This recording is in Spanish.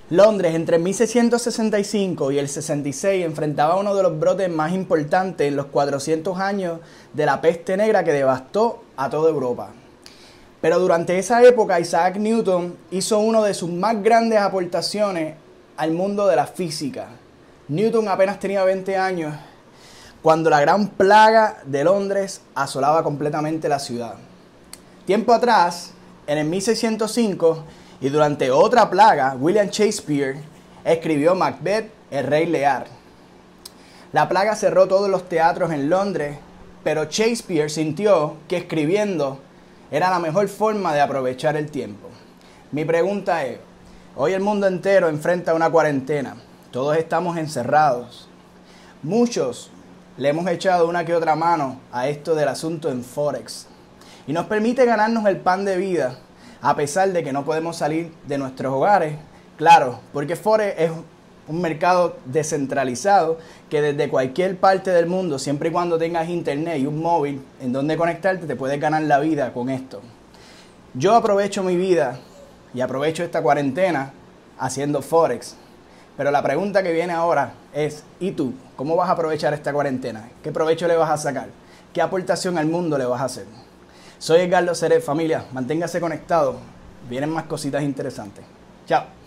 Londres entre 1665 y el 66 enfrentaba uno de los brotes más importantes en los 400 años de la peste negra que devastó a toda Europa. Pero durante esa época Isaac Newton hizo una de sus más grandes aportaciones al mundo de la física. Newton apenas tenía 20 años cuando la gran plaga de Londres asolaba completamente la ciudad. Tiempo atrás, en el 1605, y durante otra plaga, William Shakespeare escribió Macbeth, el Rey Lear. La plaga cerró todos los teatros en Londres, pero Shakespeare sintió que escribiendo era la mejor forma de aprovechar el tiempo. Mi pregunta es, hoy el mundo entero enfrenta una cuarentena, todos estamos encerrados. Muchos le hemos echado una que otra mano a esto del asunto en Forex y nos permite ganarnos el pan de vida a pesar de que no podemos salir de nuestros hogares. Claro, porque Forex es un mercado descentralizado que desde cualquier parte del mundo, siempre y cuando tengas internet y un móvil en donde conectarte, te puedes ganar la vida con esto. Yo aprovecho mi vida y aprovecho esta cuarentena haciendo Forex. Pero la pregunta que viene ahora es, ¿y tú? ¿Cómo vas a aprovechar esta cuarentena? ¿Qué provecho le vas a sacar? ¿Qué aportación al mundo le vas a hacer? Soy Edgardo Ceres, familia. Manténgase conectado. Vienen más cositas interesantes. Chao.